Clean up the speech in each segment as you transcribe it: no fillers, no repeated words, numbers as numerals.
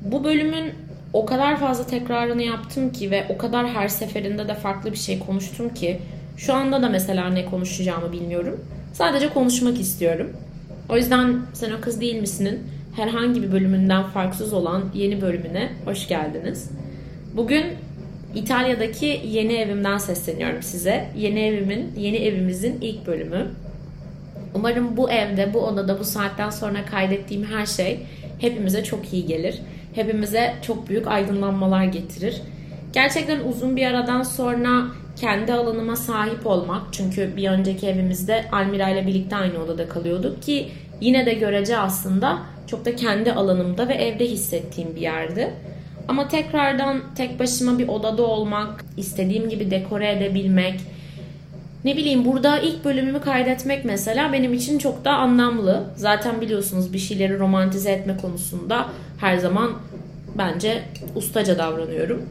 Bu bölümün o kadar fazla tekrarını yaptım ki ve o kadar her seferinde de farklı bir şey konuştum ki şu anda da mesela ne konuşacağımı bilmiyorum. Sadece konuşmak istiyorum. O yüzden Sen O Kız Değil Misin'in herhangi bir bölümünden farksız olan yeni bölümüne hoş geldiniz. Bugün İtalya'daki yeni evimden sesleniyorum size. Yeni evimizin ilk bölümü. Umarım bu evde, bu odada, bu saatten sonra kaydettiğim her şey hepimize çok iyi gelir. Hepimize çok büyük aydınlanmalar getirir. Gerçekten uzun bir aradan sonra kendi alanıma sahip olmak. Çünkü bir önceki evimizde Almira ile birlikte aynı odada kalıyorduk ki yine de görece aslında çok da kendi alanımda ve evde hissettiğim bir yerdi. Ama tekrardan tek başıma bir odada olmak, istediğim gibi dekore edebilmek, ne bileyim burada ilk bölümümü kaydetmek mesela benim için çok da anlamlı. Zaten biliyorsunuz bir şeyleri romantize etme konusunda her zaman bence ustaca davranıyorum.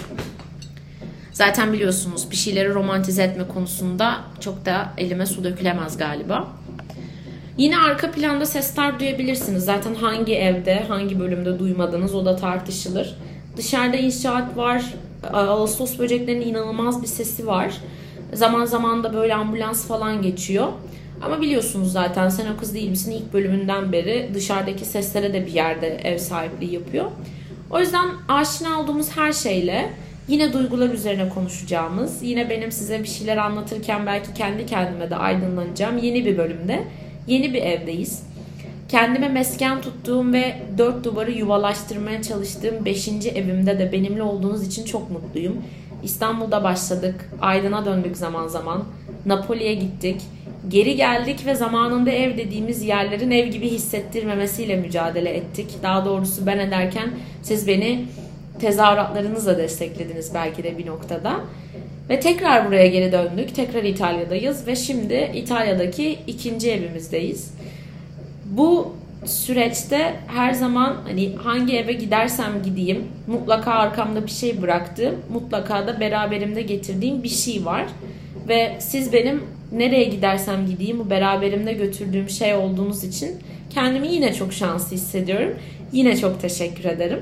Zaten biliyorsunuz bir şeyleri romantize etme konusunda çok da elime su dökülemez galiba. Yine arka planda sesler duyabilirsiniz. Zaten hangi evde, hangi bölümde duymadınız o da tartışılır. Dışarıda inşaat var. Ağustos böceklerinin inanılmaz bir sesi var. Zaman zaman da böyle ambulans falan geçiyor. Ama biliyorsunuz zaten Sen O Kız Değil Misin ilk bölümünden beri dışarıdaki seslere de bir yerde ev sahipliği yapıyor. O yüzden aşina olduğumuz her şeyle yine duygular üzerine konuşacağımız, yine benim size bir şeyler anlatırken belki kendi kendime de aydınlanacağım yeni bir bölümde, yeni bir evdeyiz. Kendime mesken tuttuğum ve 4 duvarı yuvalaştırmaya çalıştığım 5. evimde de benimle olduğunuz için çok mutluyum. İstanbul'da başladık, Aydın'a döndük zaman zaman, Napoli'ye gittik, geri geldik ve zamanında ev dediğimiz yerlerin ev gibi hissettirmemesiyle mücadele ettik. Daha doğrusu ben ederken siz beni tezahüratlarınızla desteklediniz belki de bir noktada. Ve tekrar buraya geri döndük, tekrar İtalya'dayız ve şimdi İtalya'daki 2. evimizdeyiz. Bu süreçte her zaman hani hangi eve gidersem gideyim mutlaka arkamda bir şey bıraktığım, mutlaka da beraberimde getirdiğim bir şey var. Ve siz benim nereye gidersem gideyim bu beraberimde götürdüğüm şey olduğunuz için kendimi yine çok şanslı hissediyorum. Yine çok teşekkür ederim.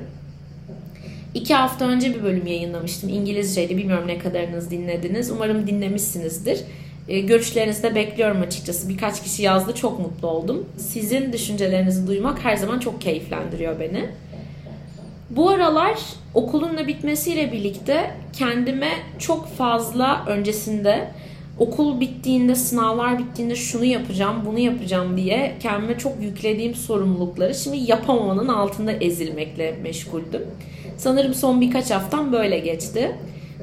2 hafta önce bir bölüm yayınlamıştım. İngilizceydi. Bilmiyorum ne kadarınız dinlediniz. Umarım dinlemişsinizdir. Görüşlerinizi de bekliyorum açıkçası. Birkaç kişi yazdı. Çok mutlu oldum. Sizin düşüncelerinizi duymak her zaman çok keyiflendiriyor beni. Bu aralar okulun da bitmesiyle birlikte kendime çok fazla öncesinde okul bittiğinde, sınavlar bittiğinde şunu yapacağım, bunu yapacağım diye kendime çok yüklediğim sorumlulukları şimdi yapamamanın altında ezilmekle meşguldüm. Sanırım son birkaç haftam böyle geçti.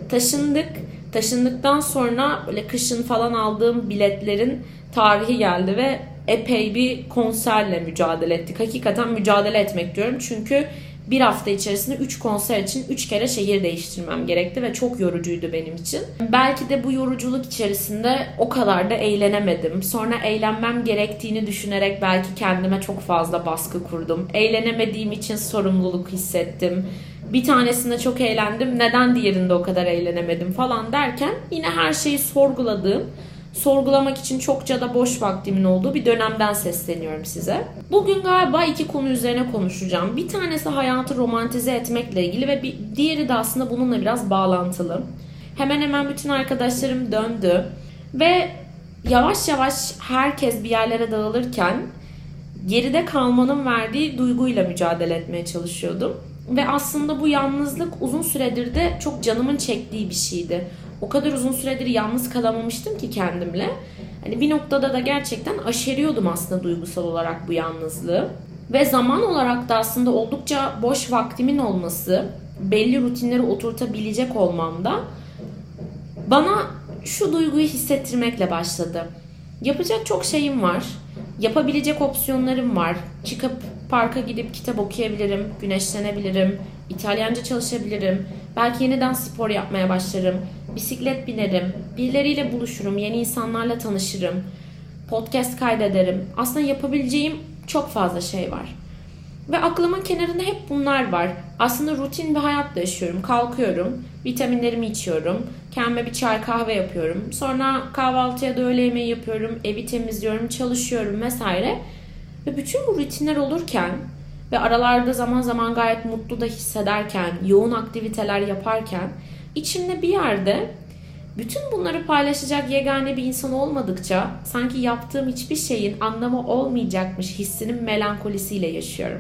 Taşındıktan sonra böyle kışın falan aldığım biletlerin tarihi geldi ve epey bir konserle mücadele ettik. Hakikaten mücadele etmek diyorum çünkü bir hafta içerisinde 3 konser için 3 kere şehir değiştirmem gerekti ve çok yorucuydu benim için. Belki de bu yoruculuk içerisinde o kadar da eğlenemedim. Sonra eğlenmem gerektiğini düşünerek belki kendime çok fazla baskı kurdum. Eğlenemediğim için sorumluluk hissettim. Bir tanesinde çok eğlendim, neden diğerinde o kadar eğlenemedim falan derken yine her şeyi sorgulamak için çokça da boş vaktimin olduğu bir dönemden sesleniyorum size. Bugün galiba 2 konu üzerine konuşacağım. Bir tanesi hayatı romantize etmekle ilgili ve diğeri de aslında bununla biraz bağlantılı. Hemen hemen bütün arkadaşlarım döndü ve yavaş yavaş herkes bir yerlere dağılırken geride kalmanın verdiği duyguyla mücadele etmeye çalışıyordum. Ve aslında bu yalnızlık uzun süredir de çok canımın çektiği bir şeydi. O kadar uzun süredir yalnız kalamamıştım ki kendimle. Hani bir noktada da gerçekten aşeriyordum aslında duygusal olarak bu yalnızlığı. Ve zaman olarak da aslında oldukça boş vaktimin olması, belli rutinleri oturtabilecek olmam da bana şu duyguyu hissettirmekle başladı. Yapacak çok şeyim var. Yapabilecek opsiyonlarım var. Çıkıp parka gidip kitap okuyabilirim, güneşlenebilirim, İtalyanca çalışabilirim, belki yeniden spor yapmaya başlarım, bisiklet binerim, birileriyle buluşurum, yeni insanlarla tanışırım, podcast kaydederim. Aslında yapabileceğim çok fazla şey var. Ve aklımın kenarında hep bunlar var. Aslında rutin bir hayat yaşıyorum. Kalkıyorum, vitaminlerimi içiyorum, kendime bir çay kahve yapıyorum. Sonra kahvaltıya da öğle yemeği yapıyorum, evi temizliyorum, çalışıyorum vesaire. Ve bütün bu rutinler olurken ve aralarda zaman zaman gayet mutlu da hissederken, yoğun aktiviteler yaparken içimde bir yerde bütün bunları paylaşacak yegane bir insan olmadıkça sanki yaptığım hiçbir şeyin anlamı olmayacakmış hissinin melankolisiyle yaşıyorum.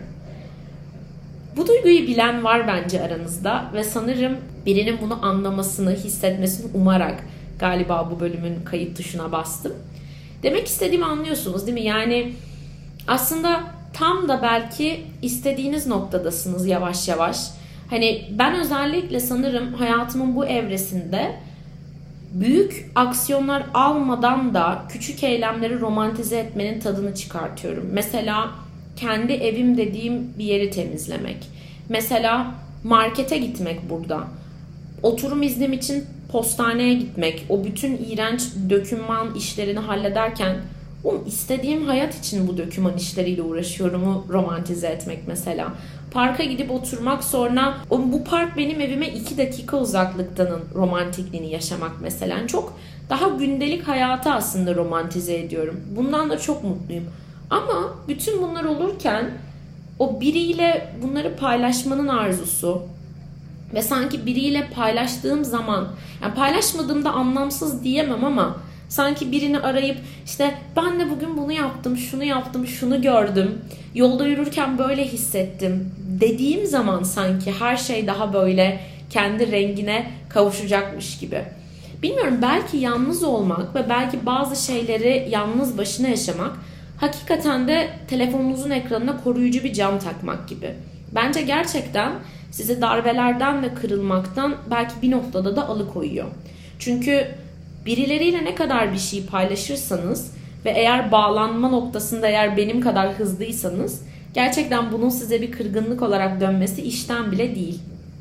Bu duyguyu bilen var bence aranızda ve sanırım birinin bunu anlamasını, hissetmesini umarak galiba bu bölümün kayıt tuşuna bastım. Demek istediğimi anlıyorsunuz değil mi? Yani aslında tam da belki istediğiniz noktadasınız yavaş yavaş. Hani ben özellikle sanırım hayatımın bu evresinde büyük aksiyonlar almadan da küçük eylemleri romantize etmenin tadını çıkartıyorum. Mesela kendi evim dediğim bir yeri temizlemek. Mesela markete gitmek burada. Oturum iznim için postaneye gitmek. O bütün iğrenç döküman işlerini hallederken istediğim hayat için bu döküman işleriyle uğraşıyorumu romantize etmek mesela. Parka gidip oturmak, sonra bu park benim evime 2 dakika uzaklıktanın romantikliğini yaşamak mesela. Yani çok daha gündelik hayatı aslında romantize ediyorum. Bundan da çok mutluyum. Ama bütün bunlar olurken o biriyle bunları paylaşmanın arzusu ve sanki biriyle paylaştığım zaman, yani paylaşmadığımda anlamsız diyemem ama sanki birini arayıp işte ben de bugün bunu yaptım, şunu yaptım, şunu gördüm, yolda yürürken böyle hissettim dediğim zaman sanki her şey daha böyle kendi rengine kavuşacakmış gibi. Bilmiyorum, belki yalnız olmak ve belki bazı şeyleri yalnız başına yaşamak hakikaten de telefonunuzun ekranına koruyucu bir cam takmak gibi. Bence gerçekten sizi darbelerden ve kırılmaktan belki bir noktada da alıkoyuyor. Çünkü birileriyle ne kadar bir şey paylaşırsanız ve eğer bağlanma noktasında eğer benim kadar hızlıysanız gerçekten bunun size bir kırgınlık olarak dönmesi işten bile değil.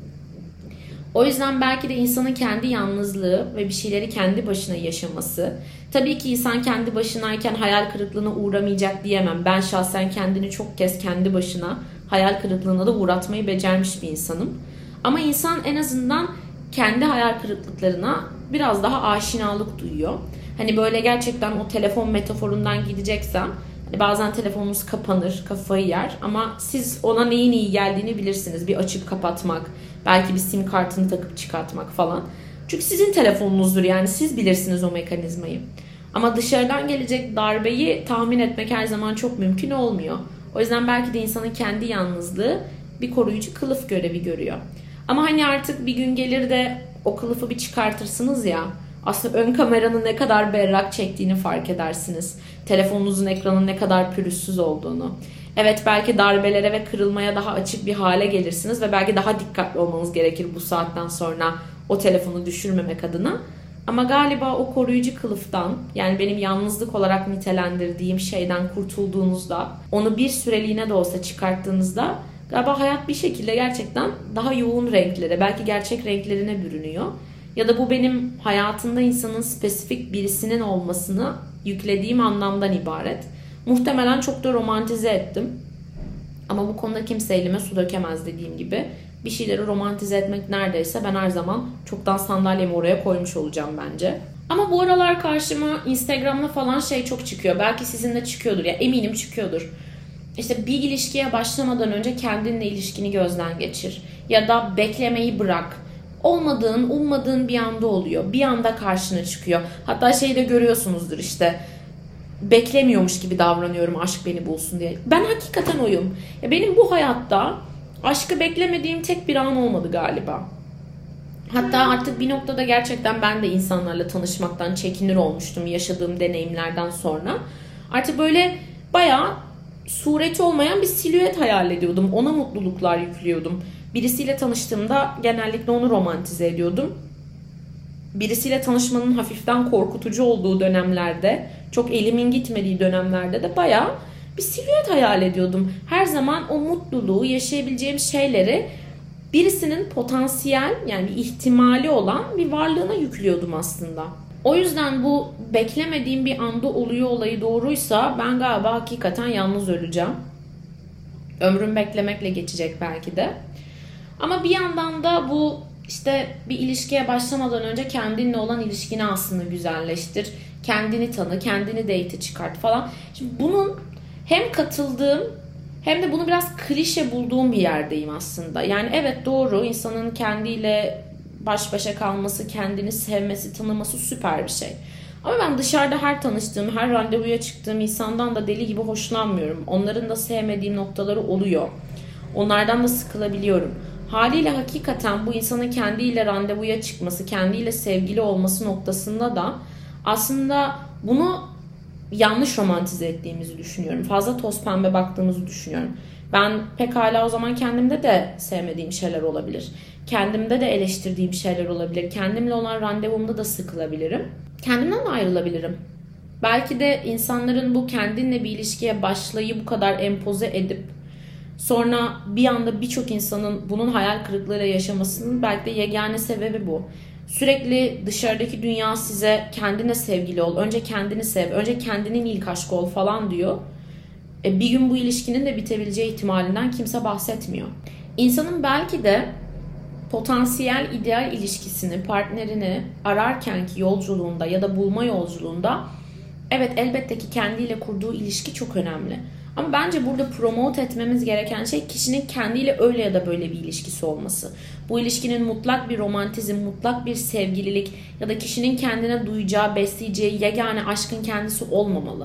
O yüzden belki de insanın kendi yalnızlığı ve bir şeyleri kendi başına yaşaması. Tabii ki insan kendi başınayken hayal kırıklığına uğramayacak diyemem. Ben şahsen kendini çok kez kendi başına hayal kırıklığına da uğratmayı becermiş bir insanım. Ama insan en azından kendi hayal kırıklıklarına biraz daha aşinalık duyuyor. Hani böyle gerçekten o telefon metaforundan gideceksem hani bazen telefonunuz kapanır, kafayı yer ama siz ona neyin iyi geldiğini bilirsiniz. Bir açıp kapatmak, belki bir sim kartını takıp çıkartmak falan. Çünkü sizin telefonunuzdur, yani siz bilirsiniz o mekanizmayı. Ama dışarıdan gelecek darbeyi tahmin etmek her zaman çok mümkün olmuyor. O yüzden belki de insanın kendi yalnızlığı bir koruyucu kılıf görevi görüyor. Ama hani artık bir gün gelir de o kılıfı bir çıkartırsınız ya, aslında ön kameranın ne kadar berrak çektiğini fark edersiniz. Telefonunuzun ekranının ne kadar pürüzsüz olduğunu. Evet, belki darbelere ve kırılmaya daha açık bir hale gelirsiniz ve belki daha dikkatli olmanız gerekir bu saatten sonra o telefonu düşürmemek adına. Ama galiba o koruyucu kılıftan, yani benim yalnızlık olarak nitelendirdiğim şeyden kurtulduğunuzda, onu bir süreliğine de olsa çıkarttığınızda galiba hayat bir şekilde gerçekten daha yoğun renklere, belki gerçek renklerine bürünüyor. Ya da bu benim hayatında insanın spesifik birisinin olmasını yüklediğim anlamdan ibaret. Muhtemelen çok da romantize ettim. Ama bu konuda kimse elime su dökemez dediğim gibi. Bir şeyleri romantize etmek neredeyse ben her zaman çoktan sandalyemi oraya koymuş olacağım bence. Ama bu aralar karşıma Instagram'da falan şey çok çıkıyor. Belki sizin de çıkıyordur ya, eminim çıkıyordur. İşte bir ilişkiye başlamadan önce kendinle ilişkini gözden geçir. Ya da beklemeyi bırak. Olmadığın, ummadığın bir anda oluyor. Bir anda karşına çıkıyor. Hatta şeyi de görüyorsunuzdur işte. Beklemiyormuş gibi davranıyorum aşk beni bulsun diye. Ben hakikaten oyum. Ya benim bu hayatta aşkı beklemediğim tek bir an olmadı galiba. Hatta artık bir noktada gerçekten ben de insanlarla tanışmaktan çekinir olmuştum yaşadığım deneyimlerden sonra. Artık böyle bayağı sureti olmayan bir silüet hayal ediyordum. Ona mutluluklar yüklüyordum. Birisiyle tanıştığımda genellikle onu romantize ediyordum. Birisiyle tanışmanın hafiften korkutucu olduğu dönemlerde, çok elimin gitmediği dönemlerde de bayağı bir silüet hayal ediyordum. Her zaman o mutluluğu, yaşayabileceğim şeyleri birisinin potansiyel, yani ihtimali olan bir varlığına yüklüyordum aslında. O yüzden bu beklemediğim bir anda oluyor olayı doğruysa ben galiba hakikaten yalnız öleceğim. Ömrüm beklemekle geçecek belki de. Ama bir yandan da bu işte bir ilişkiye başlamadan önce kendinle olan ilişkini aslında güzelleştir. Kendini tanı, kendini date'e çıkart falan. Şimdi bunun hem katıldığım hem de bunu biraz klişe bulduğum bir yerdeyim aslında. Yani evet, doğru, insanın kendiyle baş başa kalması, kendini sevmesi, tanıması süper bir şey. Ama ben dışarıda her tanıştığım, her randevuya çıktığım insandan da deli gibi hoşlanmıyorum. Onların da sevmediğim noktaları oluyor. Onlardan da sıkılabiliyorum. Haliyle hakikaten bu insanın kendiyle randevuya çıkması, kendiyle sevgili olması noktasında da aslında bunu yanlış romantize ettiğimizi düşünüyorum. Fazla toz pembe baktığımızı düşünüyorum. Ben pekala o zaman kendimde de sevmediğim şeyler olabilir. Kendimde de eleştirdiğim şeyler olabilir. Kendimle olan randevumda da sıkılabilirim. Kendimden de ayrılabilirim. Belki de insanların bu kendinle bir ilişkiye başlayıp bu kadar empoze edip sonra bir anda birçok insanın bunun hayal kırıklığıyla yaşamasının belki de yegane sebebi bu. Sürekli dışarıdaki dünya size kendine sevgili ol, önce kendini sev, önce kendinin ilk aşkı ol falan diyor. Bir gün bu ilişkinin de bitebileceği ihtimalinden kimse bahsetmiyor. İnsanın belki de potansiyel ideal ilişkisini, partnerini ararkenki yolculuğunda ya da bulma yolculuğunda evet, elbette ki kendiyle kurduğu ilişki çok önemli. Ama bence burada promote etmemiz gereken şey kişinin kendiyle öyle ya da böyle bir ilişkisi olması. Bu ilişkinin mutlak bir romantizm, mutlak bir sevgililik ya da kişinin kendine duyacağı, besleyeceği yegane aşkın kendisi olmamalı.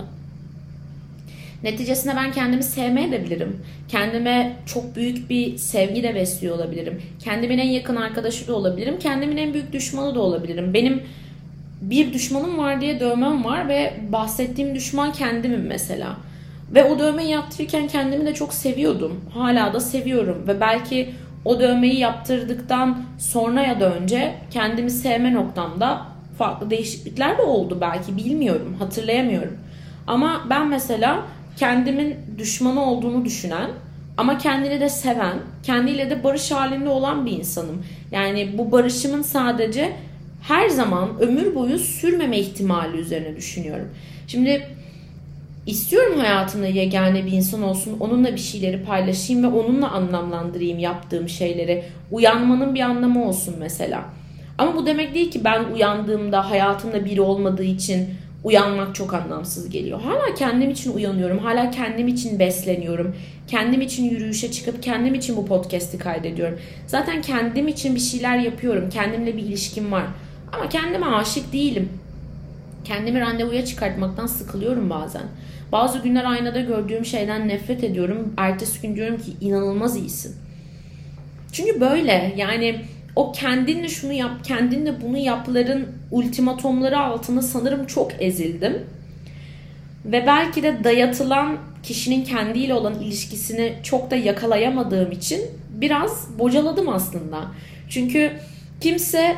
Neticesinde ben kendimi sevmeye de bilirim. Kendime çok büyük bir sevgi de besliyor olabilirim. Kendimin en yakın arkadaşı da olabilirim. Kendimin en büyük düşmanı da olabilirim. Benim bir düşmanım var diye dövmem var ve bahsettiğim düşman kendimim mesela. Ve o dövmeyi yaptırırken kendimi de çok seviyordum. Hala da seviyorum. Ve belki o dövmeyi yaptırdıktan sonra ya da önce kendimi sevme noktamda farklı değişiklikler de oldu belki. Bilmiyorum, hatırlayamıyorum. Ama ben mesela kendimin düşmanı olduğunu düşünen ama kendini de seven, kendiyle de barış halinde olan bir insanım. Yani bu barışımın sadece her zaman ömür boyu sürmeme ihtimali üzerine düşünüyorum. Şimdi İstiyorum hayatımda yegane bir insan olsun, onunla bir şeyleri paylaşayım ve onunla anlamlandırayım yaptığım şeyleri. Uyanmanın bir anlamı olsun mesela. Ama bu demek değil ki ben uyandığımda hayatımda biri olmadığı için uyanmak çok anlamsız geliyor. Hala kendim için uyanıyorum, hala kendim için besleniyorum. Kendim için yürüyüşe çıkıp kendim için bu podcast'i kaydediyorum. Zaten kendim için bir şeyler yapıyorum, kendimle bir ilişkim var. Ama kendime aşık değilim. Kendimi randevuya çıkartmaktan sıkılıyorum bazen. Bazı günler aynada gördüğüm şeyden nefret ediyorum. Ertesi gün diyorum ki inanılmaz iyisin. Çünkü böyle yani o kendinle şunu yap, kendinle bunu yapların ultimatomları altında sanırım çok ezildim. Ve belki de dayatılan kişinin kendiyle olan ilişkisini çok da yakalayamadığım için biraz bocaladım aslında. Çünkü kimse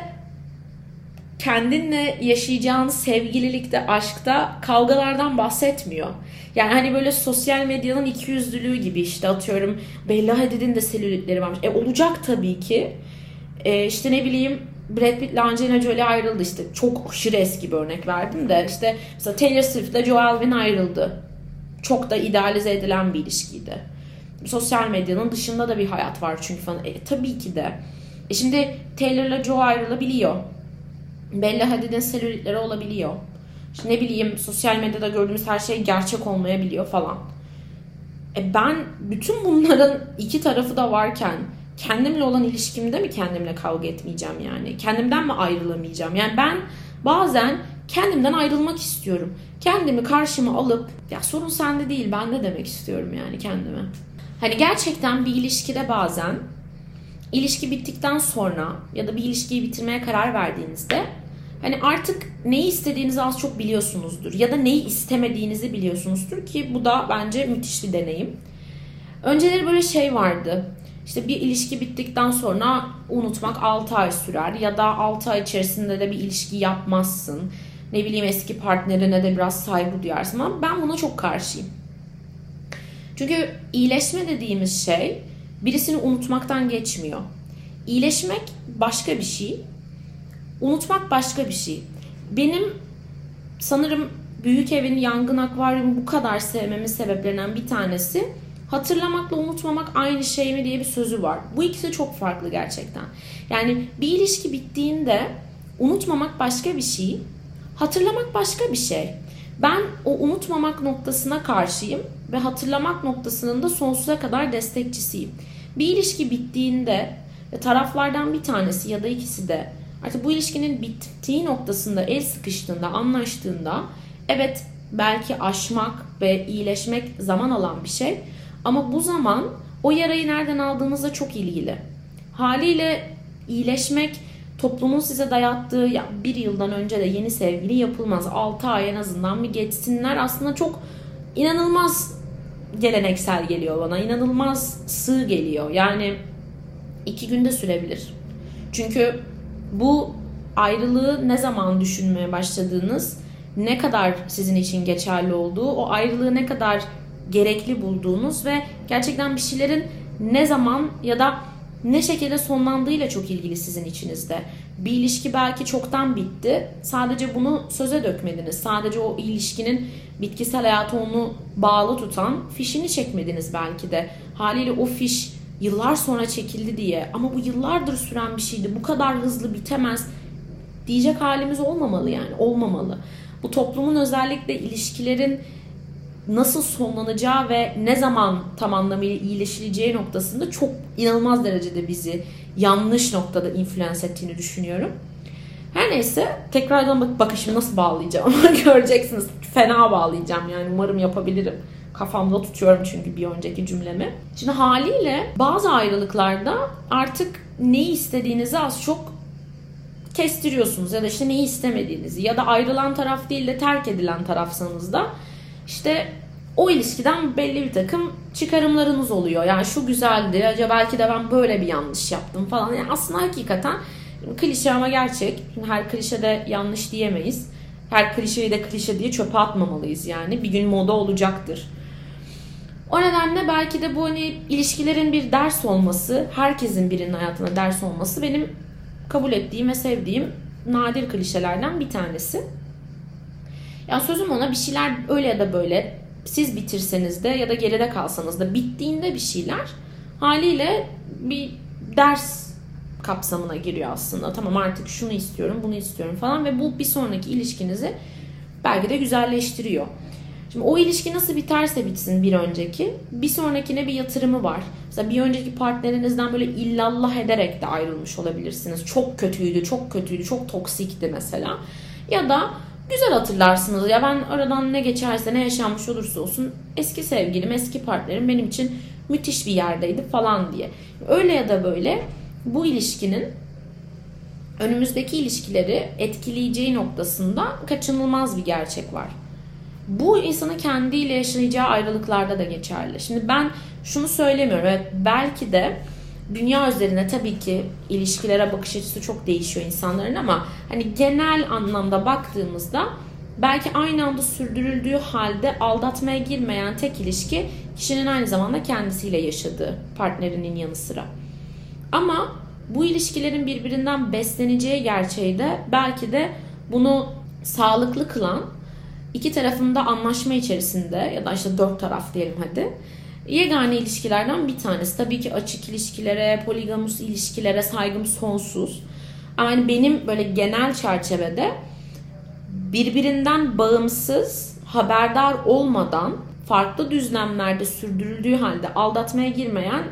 kendinle yaşayacağın sevgililikte, aşkta kavgalardan bahsetmiyor. Yani hani böyle sosyal medyanın ikiyüzlülüğü gibi işte atıyorum Bella Hadid'in de selülitleri varmış. Olacak tabii ki. İşte ne bileyim Brad Pitt ile Angelina Jolie ayrıldı işte. Çok aşırı eski bir örnek verdim de işte mesela Taylor Swift ile Joe Alwyn ayrıldı. Çok da idealize edilen bir ilişkiydi. Sosyal medyanın dışında da bir hayat var çünkü falan. Tabii ki de. Şimdi Taylor ile Joe ayrılabiliyor. Bella Hadid'in selülitleri olabiliyor. İşte ne bileyim sosyal medyada gördüğümüz her şey gerçek olmayabiliyor falan. Ben bütün bunların iki tarafı da varken kendimle olan ilişkimde mi kendimle kavga etmeyeceğim yani? Kendimden mi ayrılamayacağım? Yani ben bazen kendimden ayrılmak istiyorum. Kendimi karşıma alıp ya sorun sende değil bende demek istiyorum yani kendime. Hani gerçekten bir ilişkide bazen ilişki bittikten sonra ya da bir ilişkiyi bitirmeye karar verdiğinizde hani artık neyi istediğinizi az çok biliyorsunuzdur ya da neyi istemediğinizi biliyorsunuzdur ki bu da bence müthiş bir deneyim. Önceleri böyle şey vardı. İşte bir ilişki bittikten sonra unutmak 6 ay sürer ya da 6 ay içerisinde de bir ilişki yapmazsın. Ne bileyim eski partnerine de biraz saygı duyarsın ama ben buna çok karşıyım. Çünkü iyileşme dediğimiz şey birisini unutmaktan geçmiyor. İyileşmek başka bir şey. Unutmak başka bir şey. Benim sanırım Büyük Evin Yangın Akvaryumu bu kadar sevmemin sebeplerinden bir tanesi hatırlamakla unutmamak aynı şey mi diye bir sözü var. Bu ikisi çok farklı gerçekten. Yani bir ilişki bittiğinde unutmamak başka bir şey, hatırlamak başka bir şey. Ben o unutmamak noktasına karşıyım ve hatırlamak noktasının da sonsuza kadar destekçisiyim. Bir ilişki bittiğinde ve taraflardan bir tanesi ya da ikisi de artık bu ilişkinin bittiği noktasında el sıkıştığında, anlaştığında, evet belki aşmak ve iyileşmek zaman alan bir şey ama bu zaman o yarayı nereden aldığınızla çok ilgili. Haliyle iyileşmek toplumun size dayattığı ya bir yıldan önce de yeni sevgili yapılmaz. 6 ay en azından bir geçsinler. Aslında çok inanılmaz geleneksel geliyor bana. İnanılmaz sığ geliyor. Yani 2 günde sürebilir. Çünkü bu ayrılığı ne zaman düşünmeye başladığınız, ne kadar sizin için geçerli olduğu, o ayrılığı ne kadar gerekli bulduğunuz ve gerçekten bir şeylerin ne zaman ya da ne şekilde sonlandığıyla çok ilgili sizin içinizde. Bir ilişki belki çoktan bitti. Sadece bunu söze dökmediniz. Sadece o ilişkinin bitkisel hayatı onu bağlı tutan fişini çekmediniz belki de. Haliyle o fiş yıllar sonra çekildi diye ama bu yıllardır süren bir şeydi. Bu kadar hızlı bitemez diyecek halimiz olmamalı yani. Olmamalı. Bu toplumun özellikle ilişkilerin nasıl sonlanacağı ve ne zaman tam anlamıyla iyileşileceği noktasında çok inanılmaz derecede bizi yanlış noktada influence ettiğini düşünüyorum. Her neyse tekrardan bakın şimdi nasıl bağlayacağım göreceksiniz. Fena bağlayacağım yani umarım yapabilirim. Kafamda tutuyorum çünkü bir önceki cümlemi. Şimdi haliyle bazı ayrılıklarda artık neyi istediğinizi az çok kestiriyorsunuz ya da işte neyi istemediğinizi ya da ayrılan taraf değil de terk edilen tarafsanız da işte o ilişkiden belli bir takım çıkarımlarınız oluyor. Yani şu güzeldi, acaba belki de ben böyle bir yanlış yaptım falan. Yani aslında hakikaten klişe ama gerçek. Her klişede yanlış diyemeyiz. Her klişeyi de klişe diye çöpe atmamalıyız yani. Bir gün moda olacaktır. O nedenle belki de bu hani ilişkilerin bir ders olması, herkesin birinin hayatına ders olması benim kabul ettiğim ve sevdiğim nadir klişelerden bir tanesi. Yani sözüm ona bir şeyler öyle ya da böyle siz bitirseniz de ya da geride kalsanız da bittiğinde bir şeyler haliyle bir ders kapsamına giriyor aslında. Tamam artık şunu istiyorum, bunu istiyorum falan ve bu bir sonraki ilişkinizi belki de güzelleştiriyor. Şimdi o ilişki nasıl biterse bitsin bir önceki, bir sonrakine bir yatırımı var. Mesela bir önceki partnerinizden böyle illallah ederek de ayrılmış olabilirsiniz. Çok kötüydü, çok kötüydü, çok toksikti mesela. Ya da güzel hatırlarsınız. Ya ben aradan ne geçerse, ne yaşanmış olursa olsun eski sevgilim, eski partnerim benim için müthiş bir yerdeydi falan diye. Öyle ya da böyle bu ilişkinin önümüzdeki ilişkileri etkileyeceği noktasında kaçınılmaz bir gerçek var. Bu insanın kendiyle yaşayacağı ayrılıklarda da geçerli. Şimdi ben şunu söylemiyorum. Evet, belki de dünya üzerine tabii ki ilişkilere bakış açısı çok değişiyor insanların ama hani genel anlamda baktığımızda belki aynı anda sürdürüldüğü halde aldatmaya girmeyen tek ilişki kişinin aynı zamanda kendisiyle yaşadığı partnerinin yanı sıra. Ama bu ilişkilerin birbirinden besleneceği gerçeği de belki de bunu sağlıklı kılan İki tarafında anlaşma içerisinde ya da işte 4 taraf diyelim hadi. Yegane ilişkilerden bir tanesi. Tabii ki açık ilişkilere, poligamous ilişkilere saygım sonsuz. Ama yani benim böyle genel çerçevede birbirinden bağımsız, haberdar olmadan farklı düzlemlerde sürdürüldüğü halde aldatmaya girmeyen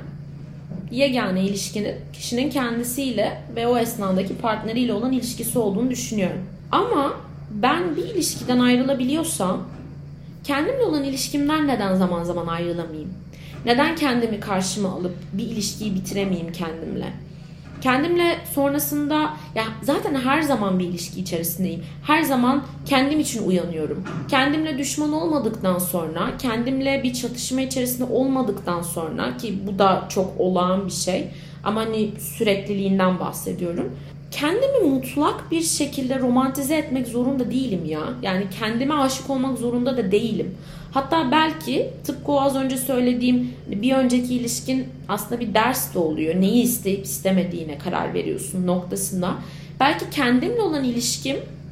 yegane ilişkinin kişinin kendisiyle ve o esnadaki partneriyle olan ilişkisi olduğunu düşünüyorum. Ama ben bir ilişkiden ayrılabiliyorsam kendimle olan ilişkimden neden zaman zaman ayrılamayayım? Neden kendimi karşıma alıp bir ilişkiyi bitiremeyeyim kendimle? Kendimle sonrasında ya zaten her zaman bir ilişki içerisindeyim. Her zaman kendim için uyanıyorum. Kendimle düşman olmadıktan sonra, kendimle bir çatışma içerisinde olmadıktan sonra ki bu da çok olağan bir şey ama hani sürekliliğinden bahsediyorum. Kendimi mutlak bir şekilde romantize etmek zorunda değilim ya. Yani kendime aşık olmak zorunda da değilim. Hatta belki tıpkı o az önce söylediğim bir önceki ilişkin aslında bir ders de oluyor. Neyi isteyip istemediğine karar veriyorsun noktasında. Belki kendimle olan ilişkim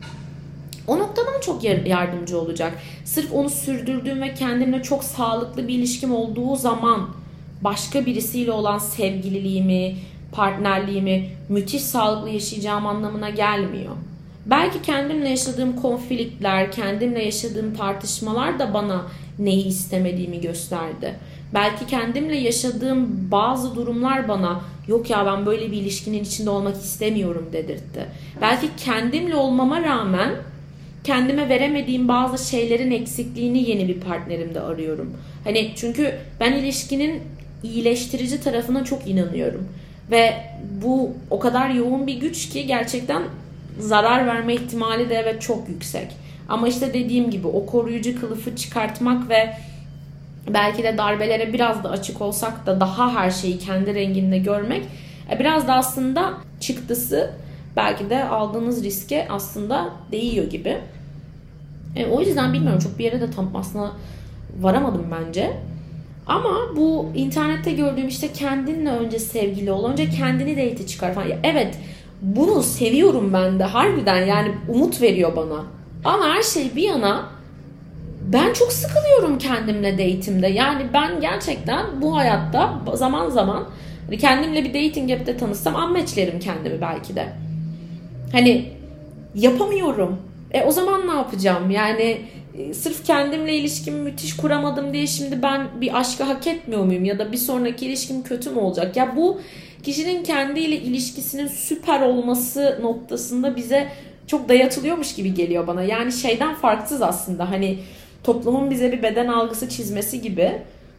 o noktadan çok yardımcı olacak. Sırf onu sürdürdüğüm ve kendimle çok sağlıklı bir ilişkim olduğu zaman başka birisiyle olan sevgililiğimi, partnerliğimi müthiş sağlıklı yaşayacağım anlamına gelmiyor. Belki kendimle yaşadığım konfliktler, kendimle yaşadığım tartışmalar da bana neyi istemediğimi gösterdi. Belki kendimle yaşadığım bazı durumlar bana yok ya ben böyle bir ilişkinin içinde olmak istemiyorum dedirtti. Belki kendimle olmama rağmen kendime veremediğim bazı şeylerin eksikliğini yeni bir partnerimde arıyorum. Hani çünkü ben ilişkinin iyileştirici tarafına çok inanıyorum. Ve bu o kadar yoğun bir güç ki gerçekten zarar verme ihtimali de evet çok yüksek. Ama işte dediğim gibi o koruyucu kılıfı çıkartmak ve belki de darbelere biraz da açık olsak da daha her şeyi kendi renginde görmek biraz da aslında çıktısı belki de aldığınız riske aslında değiyor gibi. O yüzden bilmiyorum, çok bir yere de tam aslında varamadım bence. Ama bu internette gördüğüm işte kendinle önce sevgili ol, önce kendini date'e çıkar falan. Evet, bunu seviyorum ben de harbiden, yani umut veriyor bana. Ama her şey bir yana ben çok sıkılıyorum kendimle date'imde. Yani ben gerçekten bu hayatta zaman zaman hani kendimle bir dating app'te tanışsam unmatchlerim kendimi belki de. Hani yapamıyorum. O zaman ne yapacağım? Yani sırf kendimle ilişkimi müthiş kuramadım diye şimdi ben bir aşkı hak etmiyor muyum? Ya da bir sonraki ilişkim kötü mü olacak? Ya bu kişinin kendiyle ilişkisinin süper olması noktasında bize çok dayatılıyormuş gibi geliyor bana. Yani şeyden farksız aslında. Hani toplumun bize bir beden algısı çizmesi gibi.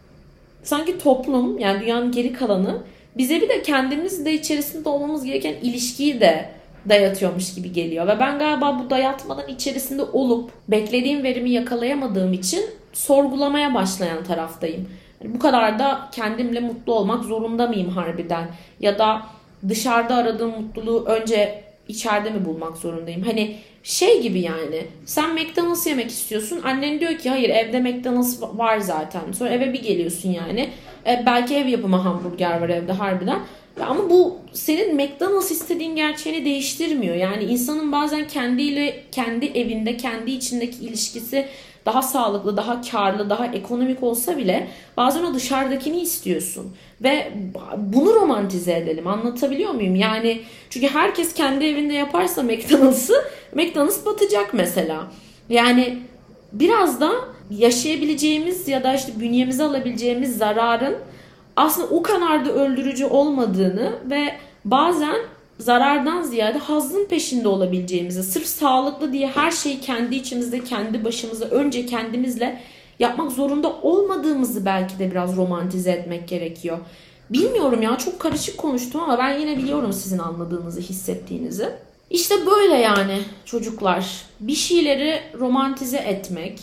Sanki toplum, yani dünyanın geri kalanı bize bir de kendimiz de içerisinde olmamız gereken ilişkiyi de dayatıyormuş gibi geliyor. Ve ben galiba bu dayatmanın içerisinde olup beklediğim verimi yakalayamadığım için sorgulamaya başlayan taraftayım. Yani bu kadar da kendimle mutlu olmak zorunda mıyım harbiden? Ya da dışarıda aradığım mutluluğu önce içeride mi bulmak zorundayım? Hani şey gibi yani. Sen McDonald's yemek istiyorsun. Annen diyor ki hayır, evde McDonald's var zaten. Sonra eve bir geliyorsun yani. Belki ev yapımı hamburger var evde harbiden. Ama bu senin McDonald's istediğin gerçeğini değiştirmiyor. Yani insanın bazen kendiyle, kendi evinde, kendi içindeki ilişkisi daha sağlıklı, daha karlı, daha ekonomik olsa bile bazen o dışarıdakini istiyorsun. Ve bunu romantize edelim. Anlatabiliyor muyum? Yani çünkü herkes kendi evinde yaparsa McDonald's batacak mesela. Yani biraz da yaşayabileceğimiz ya da işte bünyemize alabileceğimiz zararın aslında o kadar da öldürücü olmadığını ve bazen zarardan ziyade hazzın peşinde olabileceğimizi, sırf sağlıklı diye her şeyi kendi içimizde, kendi başımıza, önce kendimizle yapmak zorunda olmadığımızı belki de biraz romantize etmek gerekiyor. Bilmiyorum ya, çok karışık konuştum ama ben yine biliyorum sizin anladığınızı, hissettiğinizi. İşte böyle yani çocuklar. Bir şeyleri romantize etmek,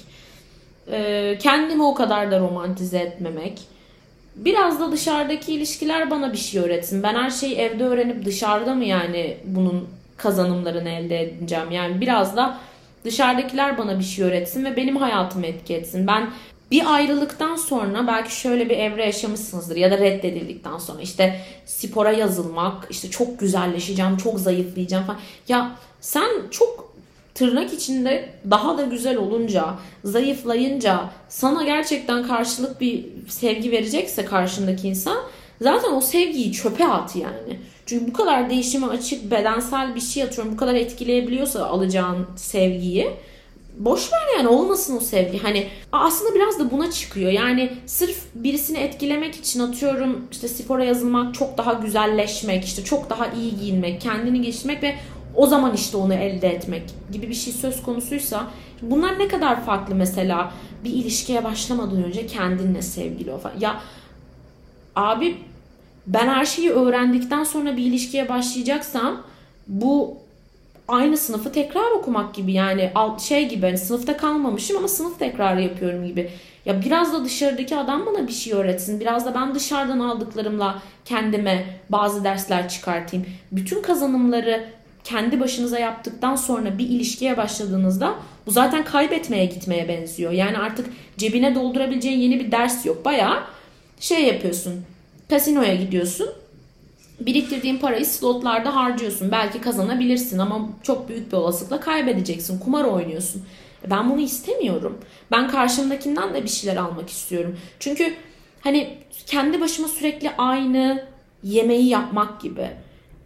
kendimi o kadar da romantize etmemek. Biraz da dışarıdaki ilişkiler bana bir şey öğretsin. Ben her şeyi evde öğrenip dışarıda mı yani bunun kazanımlarını elde edeceğim? Yani biraz da dışarıdakiler bana bir şey öğretsin ve benim hayatımı etki etsin. Ben bir ayrılıktan sonra belki şöyle bir evre yaşamışsınızdır ya da reddedildikten sonra işte spora yazılmak, işte çok güzelleşeceğim, çok zayıflayacağım falan. Ya sen çok tırnak içinde daha da güzel olunca, zayıflayınca, sana gerçekten karşılık bir sevgi verecekse karşındaki insan, zaten o sevgiyi çöpe at yani. Çünkü bu kadar değişime açık bedensel bir şey atıyorum, bu kadar etkileyebiliyorsa alacağın sevgiyi, boş ver yani, olmasın o sevgi. Hani aslında biraz da buna çıkıyor. Yani sırf birisini etkilemek için atıyorum işte spora yazılmak, çok daha güzelleşmek, işte çok daha iyi giyinmek, kendini geliştirmek ve o zaman işte onu elde etmek gibi bir şey söz konusuysa, bunlar ne kadar farklı mesela bir ilişkiye başlamadan önce kendinle sevgili ol falan. Ya abi, ben her şeyi öğrendikten sonra bir ilişkiye başlayacaksam bu aynı sınıfı tekrar okumak gibi yani, şey gibi, hani sınıfta kalmamışım ama sınıf tekrarı yapıyorum gibi. Ya biraz da dışarıdaki adam bana bir şey öğretsin. Biraz da ben dışarıdan aldıklarımla kendime bazı dersler çıkartayım. Bütün kazanımları kendi başınıza yaptıktan sonra bir ilişkiye başladığınızda bu zaten kaybetmeye gitmeye benziyor. Yani artık cebine doldurabileceğin yeni bir ders yok. Bayağı şey yapıyorsun. Kasinoya gidiyorsun. Biriktirdiğin parayı slotlarda harcıyorsun. Belki kazanabilirsin ama çok büyük bir olasılıkla kaybedeceksin. Kumar oynuyorsun. Ben bunu istemiyorum. Ben karşımdakinden de bir şeyler almak istiyorum. Çünkü hani kendi başıma sürekli aynı yemeği yapmak gibi.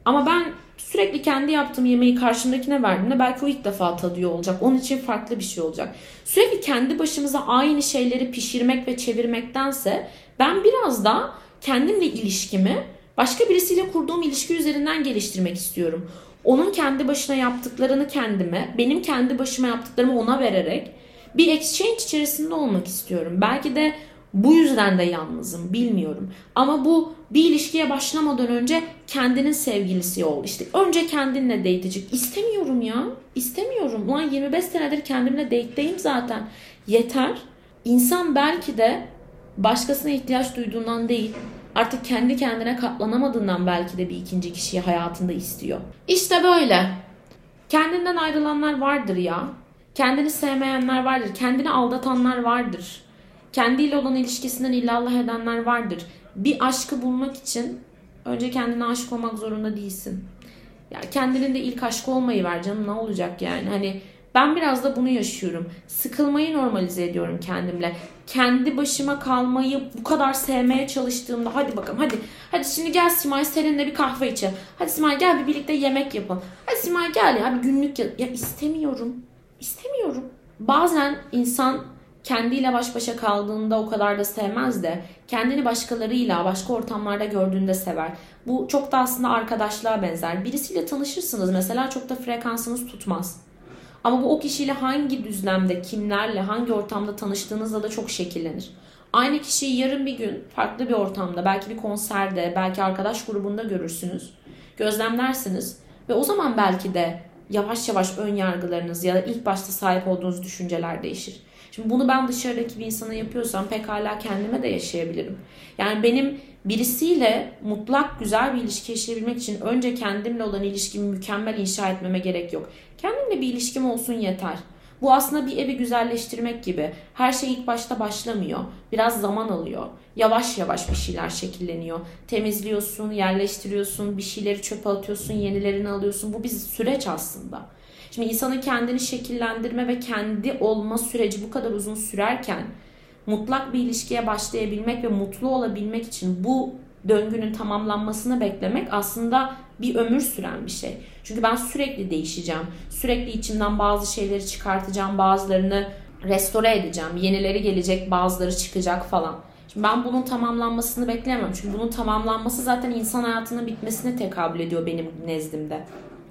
Ama ben sürekli kendi yaptığım yemeği karşımdakine verdiğimde belki o ilk defa tadıyor olacak. Onun için farklı bir şey olacak. Sürekli kendi başımıza aynı şeyleri pişirmek ve çevirmektense ben biraz da kendimle ilişkimi başka birisiyle kurduğum ilişki üzerinden geliştirmek istiyorum. Onun kendi başına yaptıklarını kendime, benim kendi başıma yaptıklarımı ona vererek bir exchange içerisinde olmak istiyorum. Belki de bu yüzden de yalnızım, bilmiyorum. Ama bu bir ilişkiye başlamadan önce kendinin sevgilisi ol. İşte önce kendinle date çık. İstemiyorum ya. İstemiyorum. Ulan 25 senedir kendimle date'deyim zaten. Yeter. İnsan belki de başkasına ihtiyaç duyduğundan değil, artık kendi kendine katlanamadığından belki de bir ikinci kişiyi hayatında istiyor. İşte böyle. Kendinden ayrılanlar vardır ya. Kendini sevmeyenler vardır. Kendini aldatanlar vardır. Kendiyle olan ilişkisinden illallah edenler vardır. Bir aşkı bulmak için önce kendine aşık olmak zorunda değilsin. Ya kendinin de ilk aşkı olmayı ver canım, ne olacak yani? Hani ben biraz da bunu yaşıyorum. Sıkılmayı normalize ediyorum kendimle. Kendi başıma kalmayı bu kadar sevmeye çalıştığımda hadi bakalım hadi. Hadi şimdi gel Simay seninle bir kahve içelim. Hadi Simay gel bir birlikte yemek yapalım. Hadi Simay gel ya bir günlük ya istemiyorum. İstemiyorum. Bazen insan kendiyle baş başa kaldığında o kadar da sevmez de kendini başkalarıyla, başka ortamlarda gördüğünde sever. Bu çok da aslında arkadaşlığa benzer. Birisiyle tanışırsınız mesela, çok da frekansınız tutmaz. Ama bu o kişiyle hangi düzlemde, kimlerle, hangi ortamda tanıştığınızda da çok şekillenir. Aynı kişiyi yarın bir gün farklı bir ortamda, belki bir konserde, belki arkadaş grubunda görürsünüz. Gözlemlersiniz ve o zaman belki de yavaş yavaş ön yargılarınız ya da ilk başta sahip olduğunuz düşünceler değişir. Şimdi bunu ben dışarıdaki bir insana yapıyorsam pekala kendime de yaşayabilirim. Yani benim birisiyle mutlak güzel bir ilişki yaşayabilmek için önce kendimle olan ilişkimi mükemmel inşa etmeme gerek yok. Kendimle bir ilişkim olsun yeter. Bu aslında bir evi güzelleştirmek gibi. Her şey ilk başta başlamıyor. Biraz zaman alıyor. Yavaş yavaş bir şeyler şekilleniyor. Temizliyorsun, yerleştiriyorsun, bir şeyleri çöpe atıyorsun, yenilerini alıyorsun. Bu bir süreç aslında. Şimdi insanın kendini şekillendirme ve kendi olma süreci bu kadar uzun sürerken mutlak bir ilişkiye başlayabilmek ve mutlu olabilmek için bu döngünün tamamlanmasını beklemek aslında bir ömür süren bir şey. Çünkü ben sürekli değişeceğim. Sürekli içimden bazı şeyleri çıkartacağım, bazılarını restore edeceğim. Yenileri gelecek, bazıları çıkacak falan. Şimdi ben bunun tamamlanmasını bekleyemem. Çünkü bunun tamamlanması zaten insan hayatının bitmesine tekabül ediyor benim nezdimde.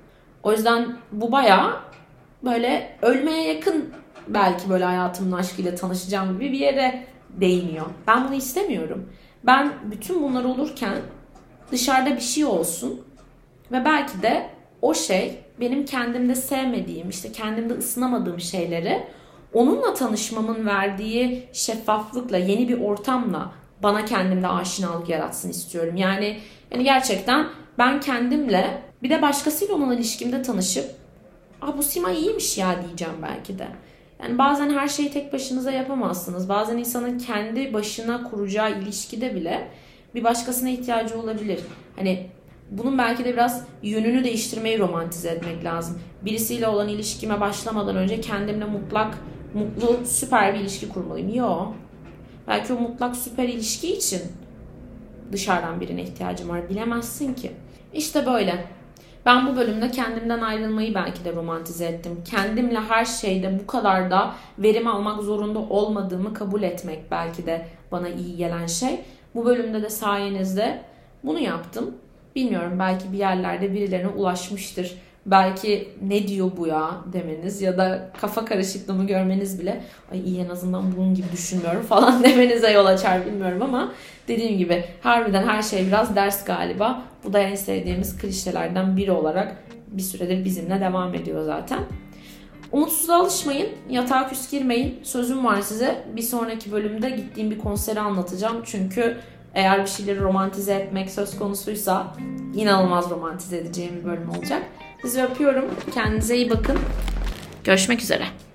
O yüzden bu bayağı böyle ölmeye yakın, belki böyle hayatımın aşkıyla tanışacağım gibi bir yere değiniyor. Ben bunu istemiyorum. Ben bütün bunlar olurken dışarıda bir şey olsun ve belki de o şey benim kendimde sevmediğim, işte kendimde ısınamadığım şeyleri onunla tanışmamın verdiği şeffaflıkla, yeni bir ortamla bana kendimde aşinalık yaratsın istiyorum. Yani gerçekten ben kendimle bir de başkasıyla olan ilişkimde tanışıp bu Sima iyiymiş ya diyeceğim belki de. Yani bazen her şeyi tek başınıza yapamazsınız. Bazen insanın kendi başına kuracağı ilişkide bile bir başkasına ihtiyacı olabilir. Hani bunun belki de biraz yönünü değiştirmeyi romantize etmek lazım. Birisiyle olan ilişkime başlamadan önce kendimle mutlu, süper bir ilişki kurmalıyım. Yok. Belki o mutlak süper ilişki için dışarıdan birine ihtiyacım var. Bilemezsin ki. İşte böyle. Ben bu bölümde kendimden ayrılmayı belki de romantize ettim. Kendimle her şeyde bu kadar da verim almak zorunda olmadığımı kabul etmek belki de bana iyi gelen şey. Bu bölümde de sayenizde bunu yaptım. Bilmiyorum, belki bir yerlerde birilerine ulaşmıştır. Belki ne diyor bu ya demeniz ya da kafa karışıklığımı görmeniz bile ay iyi, en azından bunun gibi düşünmüyorum falan demenize yol açar, bilmiyorum ama dediğim gibi harbiden her şey biraz ders galiba. Bu da en sevdiğimiz klişelerden biri olarak bir süredir bizimle devam ediyor zaten. Umutsuzluğa alışmayın, yatağa küs girmeyin. Sözüm var size, bir sonraki bölümde gittiğim bir konseri anlatacağım. Çünkü eğer bir şeyleri romantize etmek söz konusuysa inanılmaz romantize edeceğim bir bölüm olacak. Sizi öpüyorum. Kendinize iyi bakın. Görüşmek üzere.